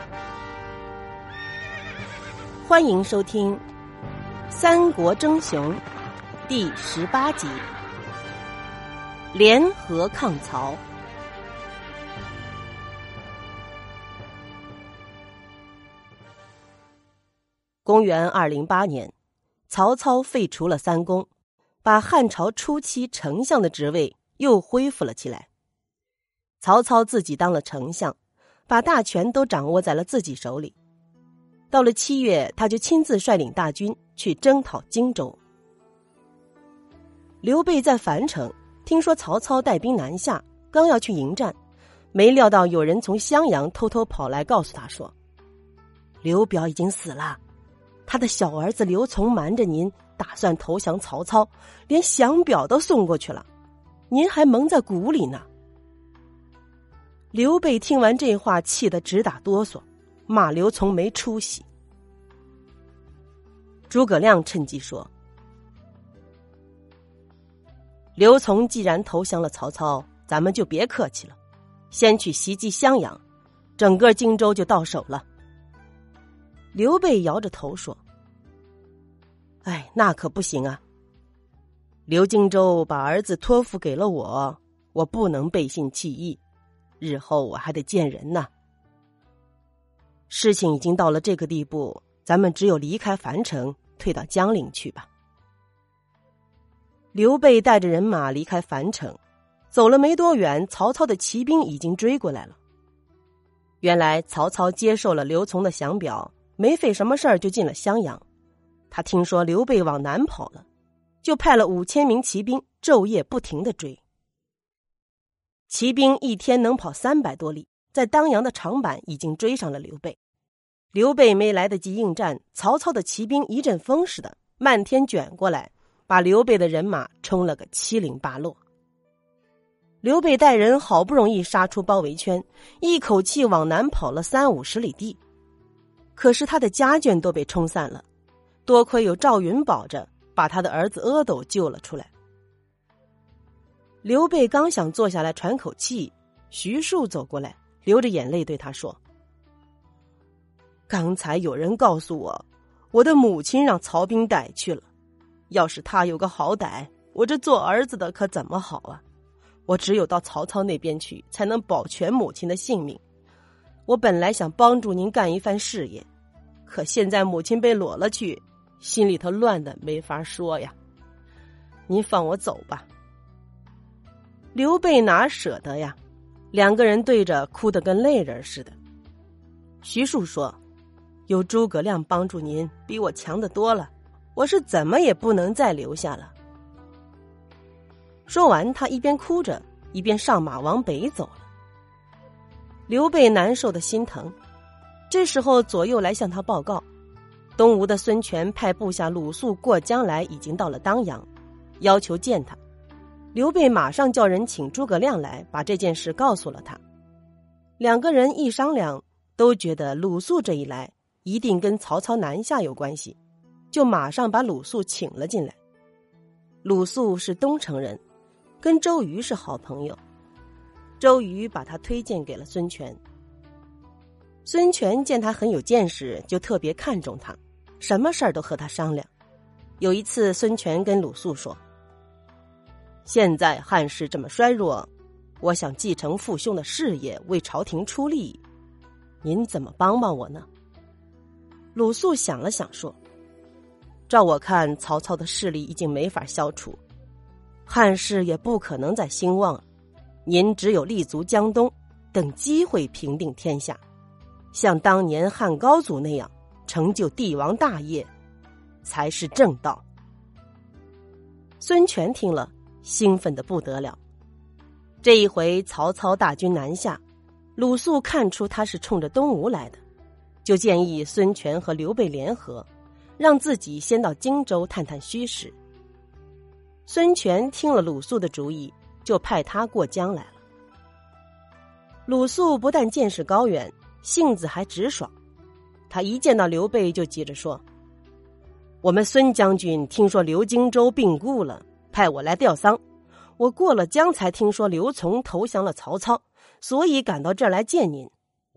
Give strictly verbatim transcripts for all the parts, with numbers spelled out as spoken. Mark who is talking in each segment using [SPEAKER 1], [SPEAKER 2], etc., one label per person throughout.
[SPEAKER 1] 欢迎收听《三国争雄》第十八集，联合抗曹。公元二零八年，曹操废除了三公，把汉朝初期丞相的职位又恢复了起来。曹操自己当了丞相，把大权都掌握在了自己手里。到了七月，他就亲自率领大军去征讨荆州。刘备在樊城听说曹操带兵南下，刚要去迎战，没料到有人从襄阳偷偷跑来告诉他说，刘表已经死了，他的小儿子刘琮瞒着您，打算投降曹操，连降表都送过去了，您还蒙在鼓里呢。刘备听完这话，气得直打哆嗦，骂刘琮没出息。诸葛亮趁机说，刘琮既然投降了曹操，咱们就别客气了，先去袭击襄阳，整个荆州就到手了。刘备摇着头说，哎，那可不行啊，刘荆州把儿子托付给了我，我不能背信弃义，日后我还得见人呢。事情已经到了这个地步，咱们只有离开樊城，退到江陵去吧。刘备带着人马离开樊城，走了没多远，曹操的骑兵已经追过来了。原来曹操接受了刘琮的降表，没费什么事儿就进了襄阳。他听说刘备往南跑了，就派了五千名骑兵昼夜不停地追。骑兵一天能跑三百多里，在当阳的长坂已经追上了刘备。刘备没来得及应战，曹操的骑兵一阵风似的漫天卷过来，把刘备的人马冲了个七零八落。刘备带人好不容易杀出包围圈，一口气往南跑了三五十里地，可是他的家眷都被冲散了，多亏有赵云保着，把他的儿子阿斗救了出来。刘备刚想坐下来喘口气，徐庶走过来，流着眼泪对他说，刚才有人告诉我，我的母亲让曹兵逮去了，要是他有个好歹，我这做儿子的可怎么好啊？我只有到曹操那边去，才能保全母亲的性命。我本来想帮助您干一番事业，可现在母亲被裸了去，心里头乱的没法说呀。您放我走吧。刘备哪舍得呀，两个人对着哭得跟泪人似的。徐庶说，有诸葛亮帮助您，比我强得多了，我是怎么也不能再留下了。说完，他一边哭着，一边上马往北走了。刘备难受的心疼，这时候左右来向他报告，东吴的孙权派部下鲁肃过江来，已经到了当阳，要求见他。刘备马上叫人请诸葛亮来，把这件事告诉了他。两个人一商量，都觉得鲁肃这一来一定跟曹操南下有关系，就马上把鲁肃请了进来。鲁肃是东城人，跟周瑜是好朋友，周瑜把他推荐给了孙权。孙权见他很有见识，就特别看重他，什么事儿都和他商量。有一次，孙权跟鲁肃说，现在汉室这么衰弱，我想继承父兄的事业，为朝廷出力，您怎么帮帮我呢？鲁肃想了想说，照我看，曹操的势力已经没法消除，汉室也不可能再兴旺了，您只有立足江东，等机会平定天下，像当年汉高祖那样成就帝王大业，才是正道。孙权听了兴奋得不得了，这一回曹操大军南下，鲁肃看出他是冲着东吴来的，就建议孙权和刘备联合，让自己先到荆州探探虚实。孙权听了鲁肃的主意，就派他过江来了。鲁肃不但见识高远，性子还直爽，他一见到刘备就急着说，我们孙将军听说刘荆州病故了，派我来吊丧，我过了江才听说刘琮投降了曹操，所以赶到这儿来见您，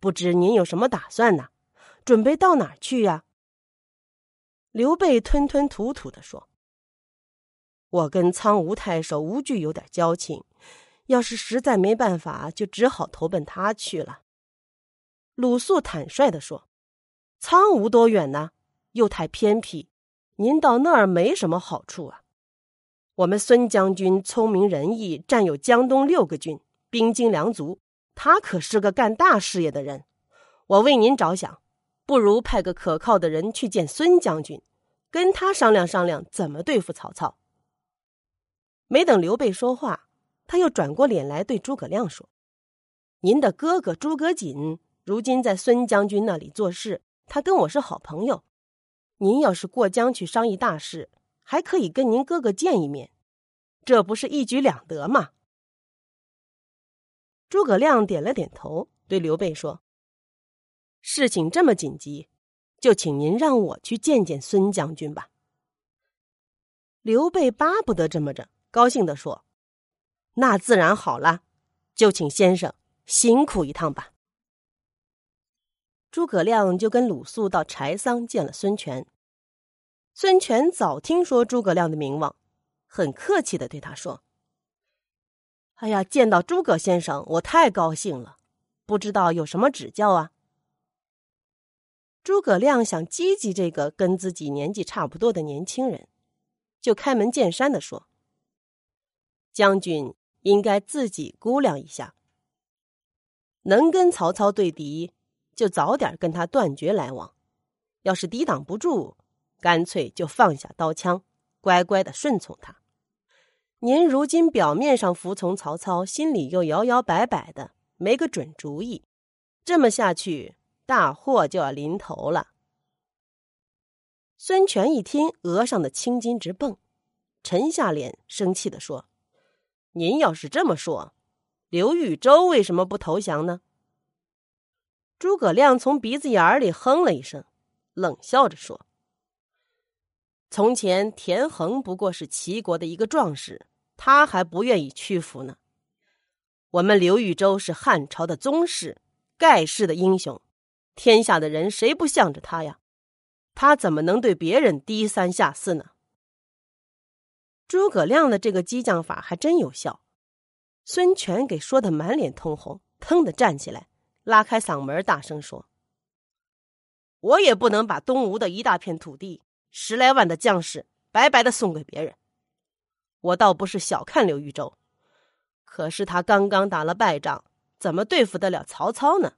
[SPEAKER 1] 不知您有什么打算呢？准备到哪儿去呀？”刘备吞吞吐吐地说：“我跟苍梧太守吴惧有点交情，要是实在没办法，就只好投奔他去了。”鲁肃坦率地说：“苍梧多远呢？又太偏僻，您到那儿没什么好处啊。我们孙将军聪明仁义，占有江东六个郡，兵精粮足，他可是个干大事业的人。我为您着想，不如派个可靠的人去见孙将军，跟他商量商量怎么对付曹操。”没等刘备说话，他又转过脸来对诸葛亮说：“您的哥哥诸葛瑾如今在孙将军那里做事，他跟我是好朋友。您要是过江去商议大事，还可以跟您哥哥见一面，这不是一举两得吗？”诸葛亮点了点头，对刘备说：“事情这么紧急，就请您让我去见见孙将军吧。”刘备巴不得这么着，高兴地说：“那自然好了，就请先生辛苦一趟吧。”诸葛亮就跟鲁肃到柴桑见了孙权。孙权早听说诸葛亮的名望，很客气地对他说：“哎呀，见到诸葛先生，我太高兴了，不知道有什么指教啊？”诸葛亮想激激这个跟自己年纪差不多的年轻人，就开门见山地说：“将军应该自己估量一下，能跟曹操对敌，就早点跟他断绝来往；要是抵挡不住，干脆就放下刀枪，乖乖地顺从他。您如今表面上服从曹操，心里又摇摇摆摆的，没个准主意，这么下去，大祸就要临头了。”孙权一听，额上的青筋直蹦，沉下脸，生气地说：“您要是这么说，刘豫州为什么不投降呢？”诸葛亮从鼻子眼里哼了一声，冷笑着说：“从前田横不过是齐国的一个壮士，他还不愿意屈服呢。我们刘豫州是汉朝的宗室，盖世的英雄，天下的人谁不向着他呀？他怎么能对别人低三下四呢？”诸葛亮的这个激将法还真有效，孙权给说得满脸通红，腾地站起来，拉开嗓门大声说：“我也不能把东吴的一大片土地，十来万的将士白白的送给别人。我倒不是小看刘豫州，可是他刚刚打了败仗，怎么对付得了曹操呢？”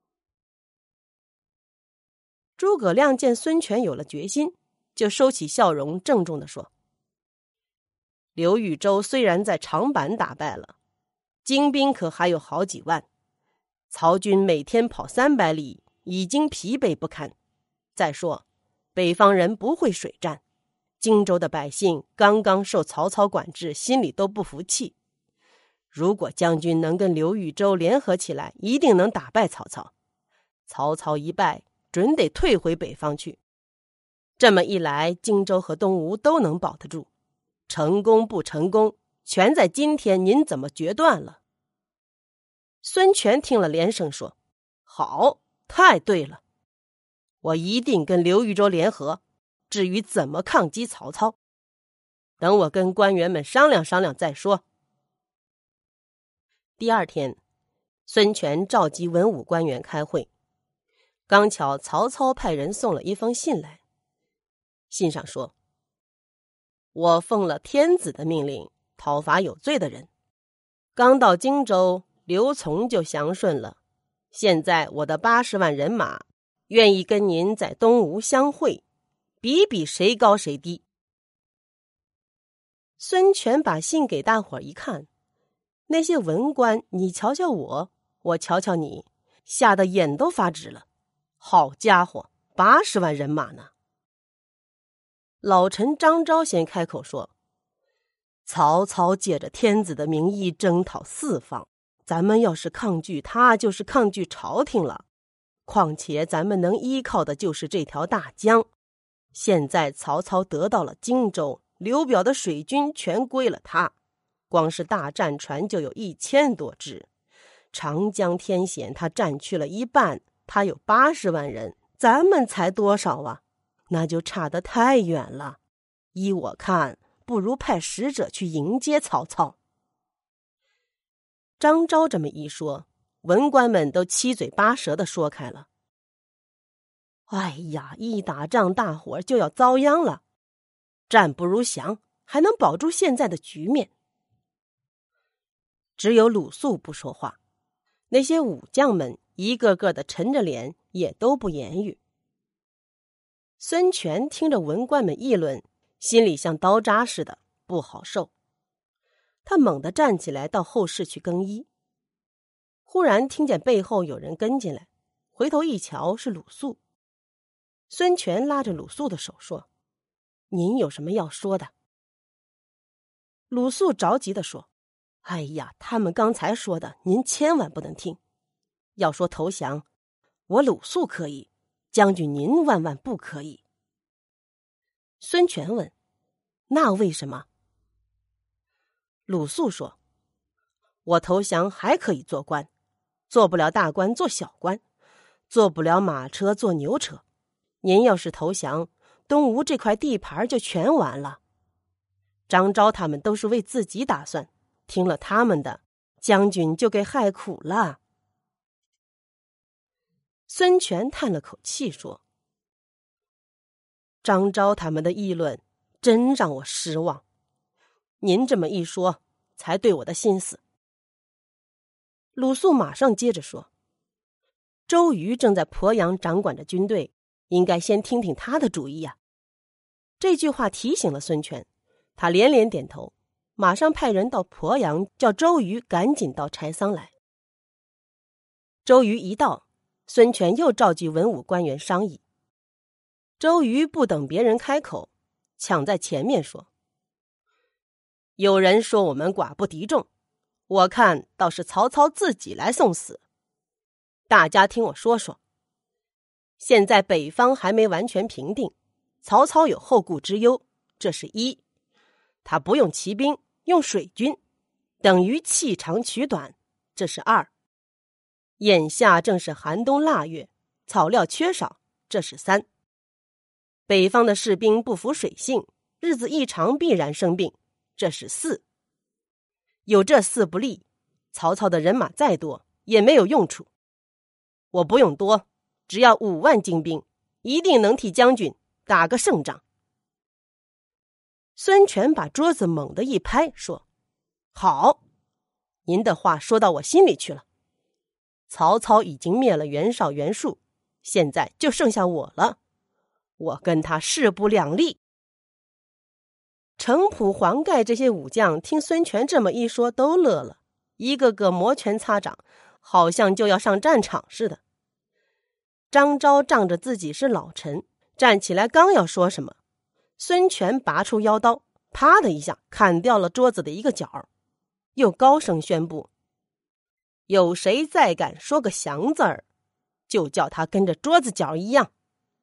[SPEAKER 1] 诸葛亮见孙权有了决心，就收起笑容，郑重地说：“刘豫州虽然在长坂打败了，精兵可还有好几万，曹军每天跑三百里，已经疲惫不堪。再说北方人不会水战，荆州的百姓刚刚受曹操管制，心里都不服气。如果将军能跟刘豫州联合起来，一定能打败曹操。曹操一败，准得退回北方去。这么一来，荆州和东吴都能保得住。成功不成功，全在今天您怎么决断了。”孙权听了连声说：“好，太对了，我一定跟刘豫州联合，至于怎么抗击曹操，等我跟官员们商量商量再说。”第二天，孙权召集文武官员开会，刚巧曹操派人送了一封信来，信上说：“我奉了天子的命令，讨伐有罪的人。刚到荆州，刘琮就降顺了。现在我的八十万人马，愿意跟您在东吴相会，比比谁高谁低。”孙权把信给大伙儿一看，那些文官，你瞧瞧我，我瞧瞧你，吓得眼都发直了。好家伙，八十万人马呢！老臣张昭先开口说：“曹操借着天子的名义征讨四方，咱们要是抗拒他，就是抗拒朝廷了。况且咱们能依靠的就是这条大江。现在曹操得到了荆州，刘表的水军全归了他，光是大战船就有一千多只， 长江天险他占去了一半，他有八十万人，咱们才多少啊？那就差得太远了。依我看，不如派使者去迎接曹操。张昭这么一说，文官们都七嘴八舌地说开了。哎呀，一打仗大伙就要遭殃了，战不如降，还能保住现在的局面。只有鲁肃不说话，那些武将们一个个的沉着脸，也都不言语。孙权听着文官们议论，心里像刀扎似的，不好受。他猛地站起来到后室去更衣，忽然听见背后有人跟进来，回头一瞧是鲁肃。孙权拉着鲁肃的手说：“您有什么要说的？”鲁肃着急地说：“哎呀，他们刚才说的，您千万不能听。要说投降，我鲁肃可以，将军您万万不可以。”孙权问：“那为什么？”鲁肃说：“我投降还可以做官，做不了大官做小官，做不了马车做牛车。您要是投降，东吴这块地盘就全完了。张昭他们都是为自己打算，听了他们的，将军就给害苦了。”孙权叹了口气说：“张昭他们的议论真让我失望，您这么一说，才对我的心思。”鲁肃马上接着说：“周瑜正在鄱阳掌管着军队，应该先听听他的主意呀。”这句话提醒了孙权，他连连点头，马上派人到鄱阳，叫周瑜赶紧到柴桑来。周瑜一到，孙权又召集文武官员商议。周瑜不等别人开口，抢在前面说：“有人说我们寡不敌众，我看倒是曹操自己来送死。大家听我说说，现在北方还没完全平定，曹操有后顾之忧，这是一；他不用骑兵，用水军，等于弃长取短，这是二；眼下正是寒冬腊月，草料缺少，这是三；北方的士兵不服水性，日子一长必然生病，这是四。有这四不利，曹操的人马再多也没有用处。我不用多，只要五万精兵，一定能替将军打个胜仗。”孙权把桌子猛地一拍，说：“好，您的话说到我心里去了。曹操已经灭了袁绍、袁术，现在就剩下我了，我跟他势不两立。”程普、黄盖这些武将听孙权这么一说，都乐了，一个个摩拳擦掌，好像就要上战场似的。张昭仗着自己是老臣，站起来刚要说什么，孙权拔出腰刀，啪的一下砍掉了桌子的一个角，又高声宣布：“有谁再敢说个降字儿，就叫他跟着桌子角一样。”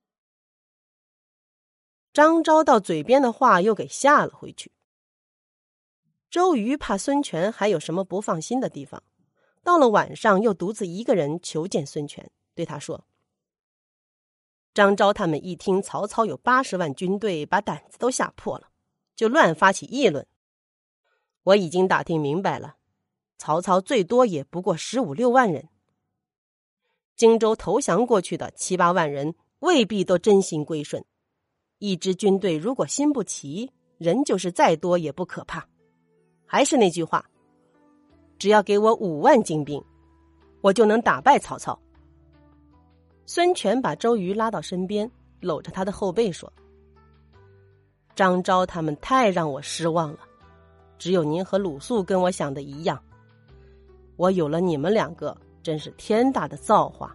[SPEAKER 1] 张昭到嘴边的话又给下了回去。周瑜怕孙权还有什么不放心的地方，到了晚上又独自一个人求见孙权，对他说：“张昭他们一听曹操有八十万军队，把胆子都吓破了，就乱发起议论。我已经打听明白了，曹操最多也不过十五六万人。荆州投降过去的七八万人，未必都真心归顺。一支军队如果心不齐，人就是再多也不可怕。还是那句话，只要给我五万精兵，我就能打败曹操。”孙权把周瑜拉到身边，搂着他的后背说：“张昭他们太让我失望了，只有您和鲁肃跟我想的一样。我有了你们两个，真是天大的造化。”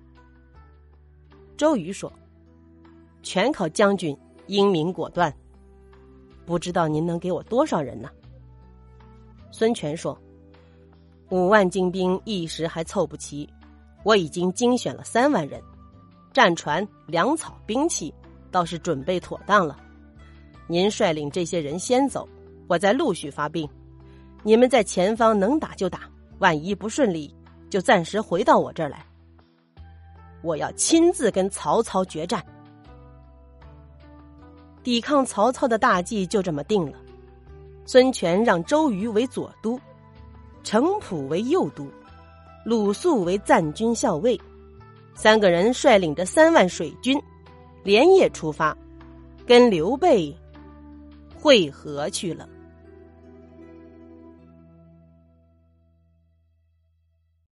[SPEAKER 1] 周瑜说：“全靠将军英明果断，不知道您能给我多少人呢？”孙权说：“五万精兵一时还凑不齐，我已经精选了三万人，战船、粮草、兵器倒是准备妥当了。您率领这些人先走，我再陆续发兵。你们在前方能打就打，万一不顺利，就就暂时回到我这儿来。我要亲自跟曹操决战。抵抗曹操的大计就这么定了。孙权让周瑜为左都，程普为右都，鲁肃为赞军校尉，三个人率领着三万水军，连夜出发，跟刘备会合去了。